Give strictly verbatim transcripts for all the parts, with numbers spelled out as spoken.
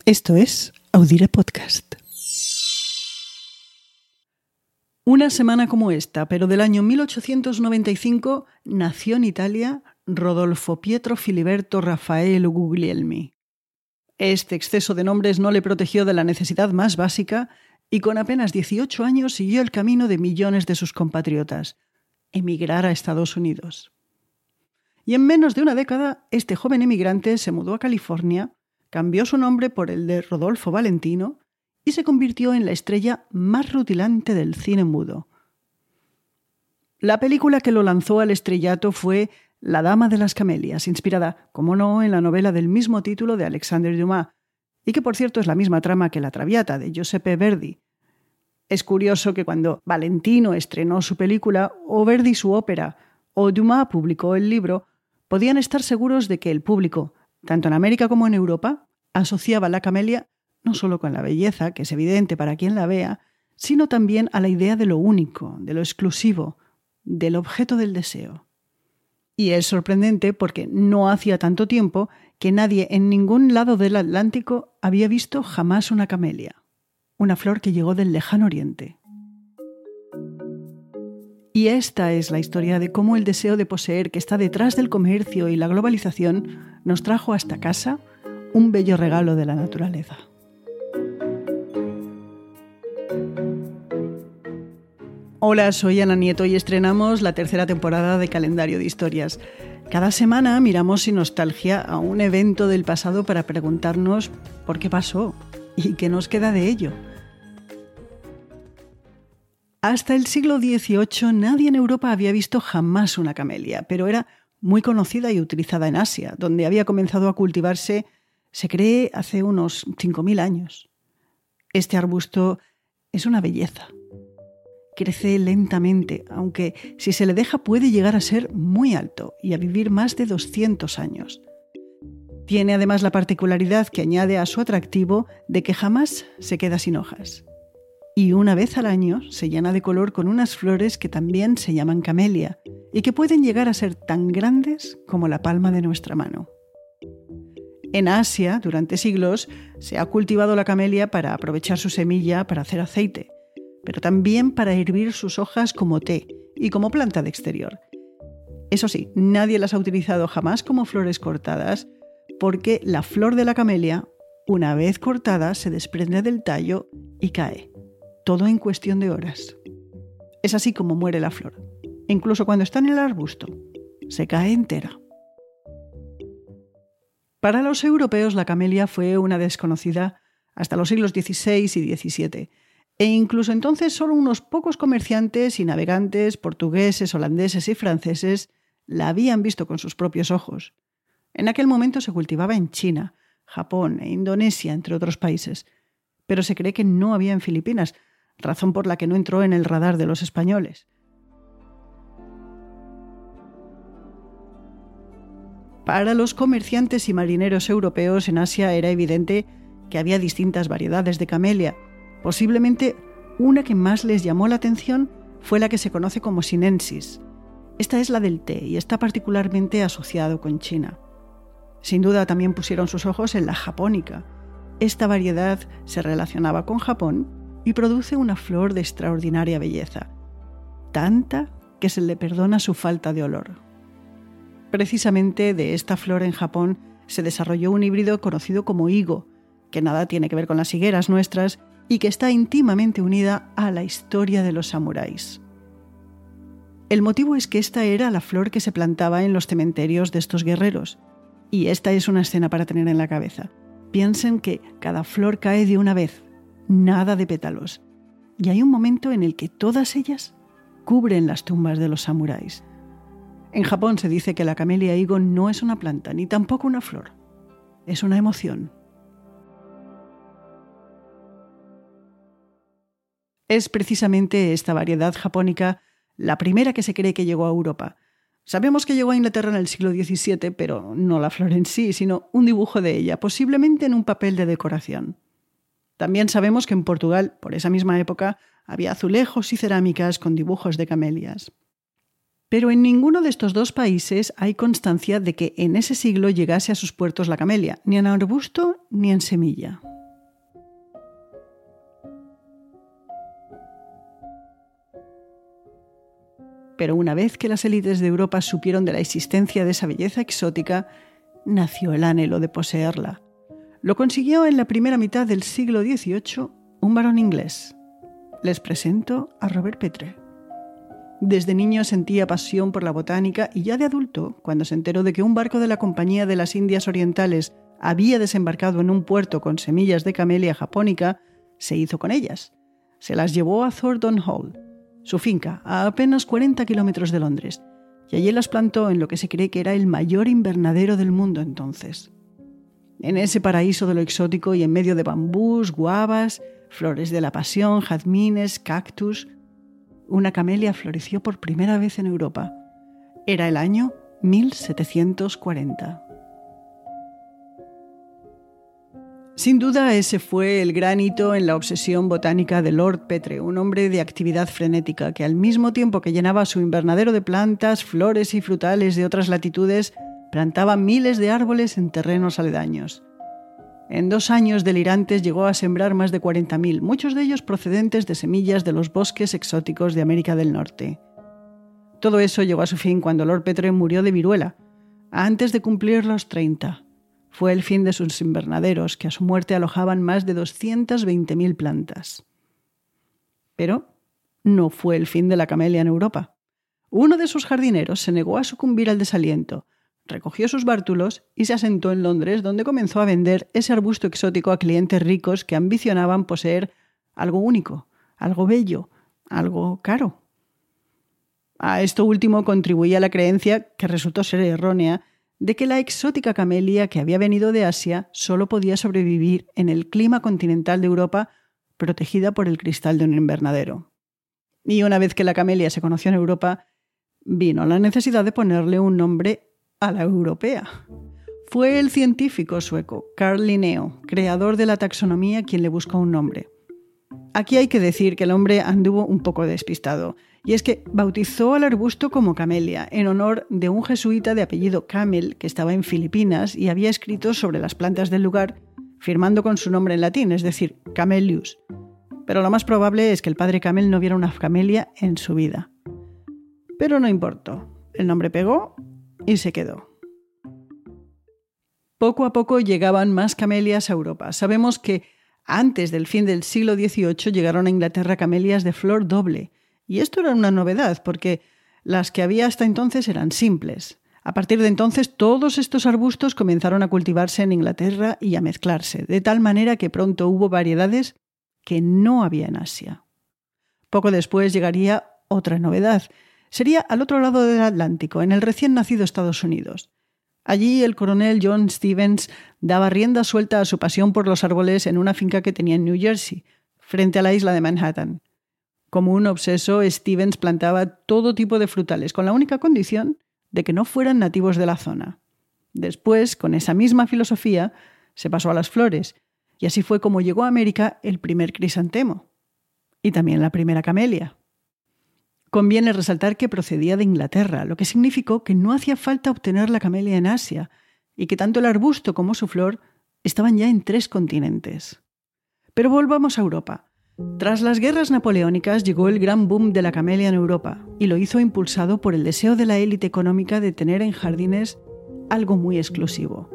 Esto es Audire Podcast. Una semana como esta, pero del año mil ochocientos noventa y cinco, nació en Italia Rodolfo Pietro Filiberto Raffaello Guglielmi. Este exceso de nombres no le protegió de la necesidad más básica y con apenas dieciocho años siguió el camino de millones de sus compatriotas: emigrar a Estados Unidos. Y en menos de una década, este joven emigrante se mudó a California, cambió su nombre por el de Rodolfo Valentino y se convirtió en la estrella más rutilante del cine mudo. La película que lo lanzó al estrellato fue La Dama de las Camelias, inspirada, como no, en la novela del mismo título de Alexandre Dumas, y que por cierto es la misma trama que La Traviata de Giuseppe Verdi. Es curioso que cuando Valentino estrenó su película, o Verdi su ópera, o Dumas publicó el libro, podían estar seguros de que el público, tanto en América como en Europa, asociaba la camelia no solo con la belleza, que es evidente para quien la vea, sino también a la idea de lo único, de lo exclusivo, del objeto del deseo. Y es sorprendente porque no hacía tanto tiempo que nadie en ningún lado del Atlántico había visto jamás una camelia, una flor que llegó del lejano oriente. Y esta es la historia de cómo el deseo de poseer que está detrás del comercio y la globalización nos trajo hasta casa un bello regalo de la naturaleza. Hola, soy Ana Nieto y estrenamos la tercera temporada de Calendario de Historias. Cada semana miramos sin nostalgia a un evento del pasado para preguntarnos por qué pasó y qué nos queda de ello. Hasta el siglo dieciocho nadie en Europa había visto jamás una camelia, pero era muy conocida y utilizada en Asia, donde había comenzado a cultivarse, se cree, hace unos cinco mil años. Este arbusto es una belleza. Crece lentamente, aunque si se le deja puede llegar a ser muy alto y a vivir más de doscientos años. Tiene además la particularidad que añade a su atractivo de que jamás se queda sin hojas. Y una vez al año se llena de color con unas flores que también se llaman camelia y que pueden llegar a ser tan grandes como la palma de nuestra mano. En Asia, durante siglos, se ha cultivado la camelia para aprovechar su semilla para hacer aceite, pero también para hervir sus hojas como té y como planta de exterior. Eso sí, nadie las ha utilizado jamás como flores cortadas, porque la flor de la camelia, una vez cortada, se desprende del tallo y cae. Todo en cuestión de horas. Es así como muere la flor. Incluso cuando está en el arbusto, se cae entera. Para los europeos la camelia fue una desconocida hasta los siglos dieciséis y diecisiete, e incluso entonces solo unos pocos comerciantes y navegantes portugueses, holandeses y franceses la habían visto con sus propios ojos. En aquel momento se cultivaba en China, Japón e Indonesia, entre otros países, pero se cree que no había en Filipinas, razón por la que no entró en el radar de los españoles. Para los comerciantes y marineros europeos en Asia era evidente que había distintas variedades de camelia. Posiblemente una que más les llamó la atención fue la que se conoce como sinensis. Esta es la del té y está particularmente asociado con China. Sin duda también pusieron sus ojos en la japónica. Esta variedad se relacionaba con Japón y produce una flor de extraordinaria belleza, tanta que se le perdona su falta de olor. Precisamente de esta flor en Japón se desarrolló un híbrido conocido como higo, que nada tiene que ver con las higueras nuestras y que está íntimamente unida a la historia de los samuráis. El motivo es que esta era la flor que se plantaba en los cementerios de estos guerreros, y esta es una escena para tener en la cabeza. Piensen que cada flor cae de una vez, nada de pétalos, y hay un momento en el que todas ellas cubren las tumbas de los samuráis. En Japón se dice que la camelia higo no es una planta, ni tampoco una flor. Es una emoción. Es precisamente esta variedad japónica la primera que se cree que llegó a Europa. Sabemos que llegó a Inglaterra en el siglo diecisiete, pero no la flor en sí, sino un dibujo de ella, posiblemente en un papel de decoración. También sabemos que en Portugal, por esa misma época, había azulejos y cerámicas con dibujos de camelias. Pero en ninguno de estos dos países hay constancia de que en ese siglo llegase a sus puertos la camelia, ni en arbusto ni en semilla. Pero una vez que las élites de Europa supieron de la existencia de esa belleza exótica, nació el anhelo de poseerla. Lo consiguió en la primera mitad del siglo dieciocho un varón inglés. Les presento a Robert Petre. Desde niño sentía pasión por la botánica y ya de adulto, cuando se enteró de que un barco de la Compañía de las Indias Orientales había desembarcado en un puerto con semillas de camelia japónica, se hizo con ellas. Se las llevó a Thornton Hall, su finca, a apenas cuarenta kilómetros de Londres, y allí las plantó en lo que se cree que era el mayor invernadero del mundo entonces. En ese paraíso de lo exótico y en medio de bambús, guavas, flores de la pasión, jazmines, cactus, una camelia floreció por primera vez en Europa. Era el año mil setecientos cuarenta. Sin duda, ese fue el gran hito en la obsesión botánica de Lord Petre, un hombre de actividad frenética que al mismo tiempo que llenaba su invernadero de plantas, flores y frutales de otras latitudes, plantaba miles de árboles en terrenos aledaños. En dos años delirantes llegó a sembrar más de cuarenta mil, muchos de ellos procedentes de semillas de los bosques exóticos de América del Norte. Todo eso llegó a su fin cuando Lord Petre murió de viruela, antes de cumplir los treinta. Fue el fin de sus invernaderos, que a su muerte alojaban más de doscientas veinte mil plantas. Pero no fue el fin de la camelia en Europa. Uno de sus jardineros se negó a sucumbir al desaliento, recogió sus bártulos y se asentó en Londres, donde comenzó a vender ese arbusto exótico a clientes ricos que ambicionaban poseer algo único, algo bello, algo caro. A esto último contribuía la creencia, que resultó ser errónea, de que la exótica camelia que había venido de Asia solo podía sobrevivir en el clima continental de Europa, protegida por el cristal de un invernadero. Y una vez que la camelia se conoció en Europa, vino la necesidad de ponerle un nombre a la europea. Fue el científico sueco Carl Linneo, creador de la taxonomía, quien le buscó un nombre. Aquí hay que decir que el hombre anduvo un poco despistado, y es que bautizó al arbusto como camelia, en honor de un jesuita de apellido Camel que estaba en Filipinas y había escrito sobre las plantas del lugar, firmando con su nombre en latín, es decir, Camelius. Pero lo más probable es que el padre Camel no viera una camelia en su vida. Pero no importó, el nombre pegó y se quedó. Poco a poco llegaban más camelias a Europa. Sabemos que antes del fin del siglo dieciocho llegaron a Inglaterra camelias de flor doble. Y esto era una novedad, porque las que había hasta entonces eran simples. A partir de entonces, todos estos arbustos comenzaron a cultivarse en Inglaterra y a mezclarse, de tal manera que pronto hubo variedades que no había en Asia. Poco después llegaría otra novedad. Sería al otro lado del Atlántico, en el recién nacido Estados Unidos. Allí el coronel John Stevens daba rienda suelta a su pasión por los árboles en una finca que tenía en New Jersey, frente a la isla de Manhattan. Como un obseso, Stevens plantaba todo tipo de frutales, con la única condición de que no fueran nativos de la zona. Después, con esa misma filosofía, se pasó a las flores, y así fue como llegó a América el primer crisantemo, y también la primera camelia. Conviene resaltar que procedía de Inglaterra, lo que significó que no hacía falta obtener la camelia en Asia, y que tanto el arbusto como su flor estaban ya en tres continentes. Pero volvamos a Europa. Tras las guerras napoleónicas llegó el gran boom de la camelia en Europa, y lo hizo impulsado por el deseo de la élite económica de tener en jardines algo muy exclusivo.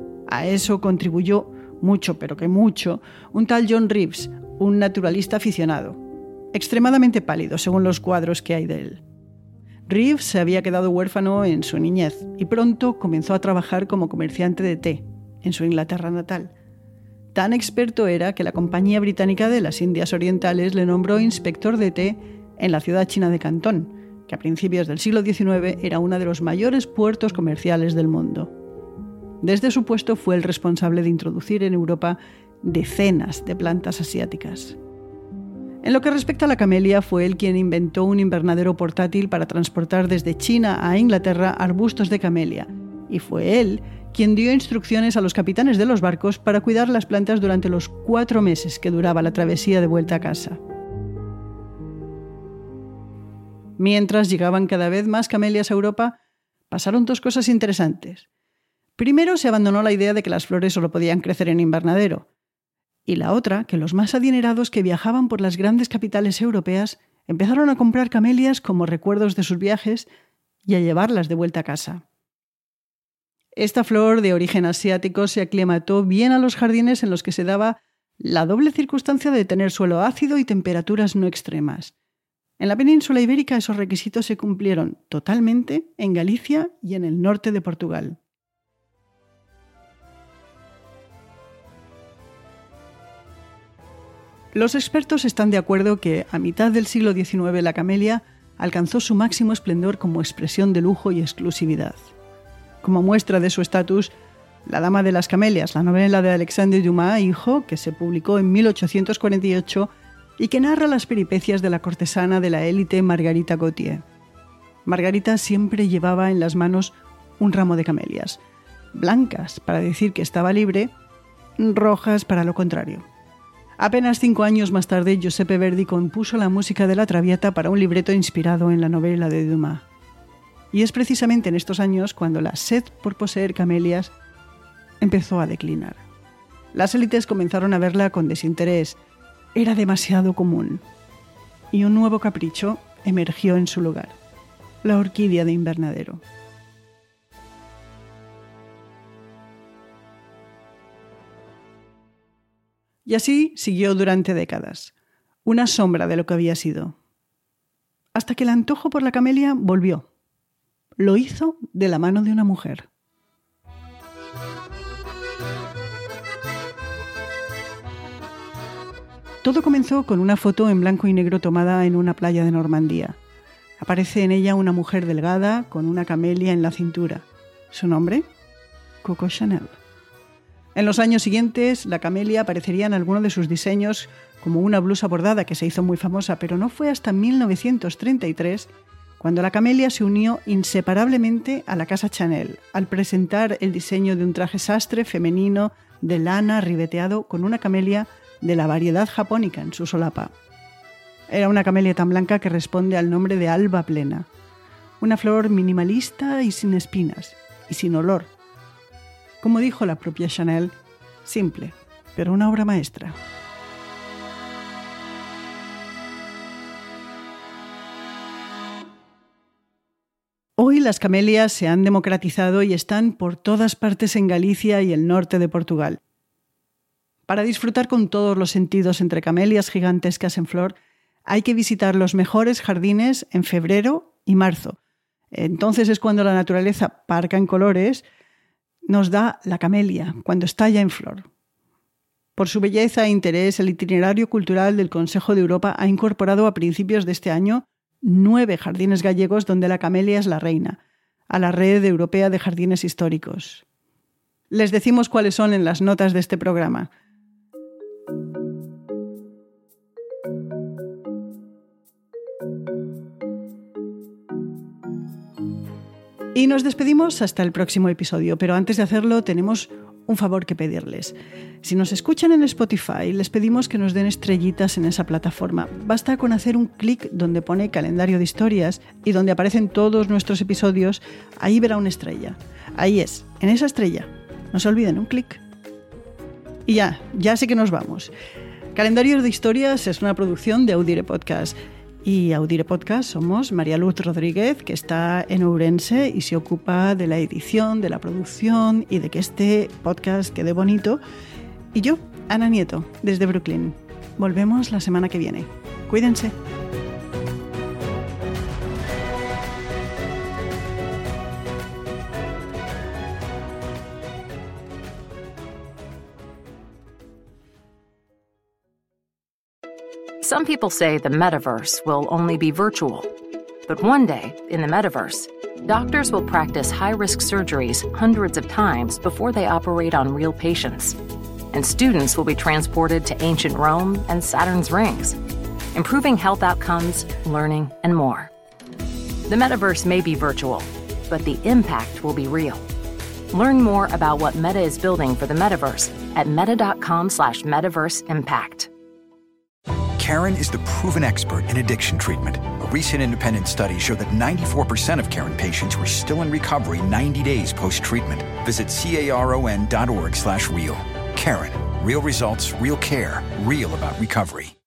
A eso contribuyó mucho, pero que mucho, un tal John Reeves, un naturalista aficionado, extremadamente pálido según los cuadros que hay de él. Reeves se había quedado huérfano en su niñez y pronto comenzó a trabajar como comerciante de té en su Inglaterra natal. Tan experto era que la Compañía Británica de las Indias Orientales le nombró inspector de té en la ciudad china de Cantón, que a principios del siglo diecinueve era uno de los mayores puertos comerciales del mundo. Desde su puesto fue el responsable de introducir en Europa decenas de plantas asiáticas. En lo que respecta a la camelia, fue él quien inventó un invernadero portátil para transportar desde China a Inglaterra arbustos de camelia, y fue él quien dio instrucciones a los capitanes de los barcos para cuidar las plantas durante los cuatro meses que duraba la travesía de vuelta a casa. Mientras llegaban cada vez más camelias a Europa, pasaron dos cosas interesantes. Primero, se abandonó la idea de que las flores solo podían crecer en invernadero. Y la otra, que los más adinerados que viajaban por las grandes capitales europeas empezaron a comprar camelias como recuerdos de sus viajes y a llevarlas de vuelta a casa. Esta flor de origen asiático se aclimató bien a los jardines en los que se daba la doble circunstancia de tener suelo ácido y temperaturas no extremas. En la península ibérica esos requisitos se cumplieron totalmente en Galicia y en el norte de Portugal. Los expertos están de acuerdo que a mitad del siglo diecinueve la camelia alcanzó su máximo esplendor como expresión de lujo y exclusividad. Como muestra de su estatus, La dama de las camelias, la novela de Alexandre Dumas, hijo, que se publicó en mil ochocientos cuarenta y ocho y que narra las peripecias de la cortesana de la élite Margarita Gautier. Margarita siempre llevaba en las manos un ramo de camelias, blancas para decir que estaba libre, rojas para lo contrario. Apenas cinco años más tarde, Giuseppe Verdi compuso la música de La Traviata para un libreto inspirado en la novela de Dumas. Y es precisamente en estos años cuando la sed por poseer camelias empezó a declinar. Las élites comenzaron a verla con desinterés. Era demasiado común. Y un nuevo capricho emergió en su lugar: la orquídea de invernadero. Y así siguió durante décadas, una sombra de lo que había sido. Hasta que el antojo por la camelia volvió. Lo hizo de la mano de una mujer. Todo comenzó con una foto en blanco y negro tomada en una playa de Normandía. Aparece en ella una mujer delgada con una camelia en la cintura. ¿Su nombre? Coco Chanel. En los años siguientes, la camelia aparecería en alguno de sus diseños como una blusa bordada que se hizo muy famosa, pero no fue hasta mil novecientos treinta y tres cuando la camelia se unió inseparablemente a la casa Chanel, al presentar el diseño de un traje sastre femenino de lana ribeteado con una camelia de la variedad japónica en su solapa. Era una camelia tan blanca que responde al nombre de alba plena, una flor minimalista y sin espinas, y sin olor. Como dijo la propia Chanel, simple, pero una obra maestra. Hoy las camelias se han democratizado y están por todas partes en Galicia y el norte de Portugal. Para disfrutar con todos los sentidos entre camelias gigantescas en flor, hay que visitar los mejores jardines en febrero y marzo. Entonces es cuando la naturaleza, parca en colores, nos da la camelia, cuando está ya en flor. Por su belleza e interés, el itinerario cultural del Consejo de Europa ha incorporado a principios de este año nueve jardines gallegos donde la camelia es la reina, a la red europea de jardines históricos. Les decimos cuáles son en las notas de este programa. Y nos despedimos hasta el próximo episodio, pero antes de hacerlo tenemos un favor que pedirles. Si nos escuchan en Spotify, les pedimos que nos den estrellitas en esa plataforma. Basta con hacer un clic donde pone calendario de historias y donde aparecen todos nuestros episodios, ahí verá una estrella. Ahí es, en esa estrella. No se olviden, un clic. Y ya, ya sé que nos vamos. Calendario de Historias es una producción de Audire Podcast. Y Audire Podcast somos María Luz Rodríguez, que está en Ourense y se ocupa de la edición, de la producción y de que este podcast quede bonito. Y yo, Ana Nieto, desde Brooklyn. Volvemos la semana que viene. Cuídense. Some people say the metaverse will only be virtual. But one day, in the metaverse, doctors will practice high-risk surgeries hundreds of times before they operate on real patients. And students will be transported to ancient Rome and Saturn's rings, improving health outcomes, learning, and more. The metaverse may be virtual, but the impact will be real. Learn more about what Meta is building for the metaverse at meta.com slash metaverse impact. Karen is the proven expert in addiction treatment. A recent independent study showed that ninety-four percent of Karen patients were still in recovery ninety days post-treatment. Visit caron.org slash real. Karen, real results, real care, real about recovery.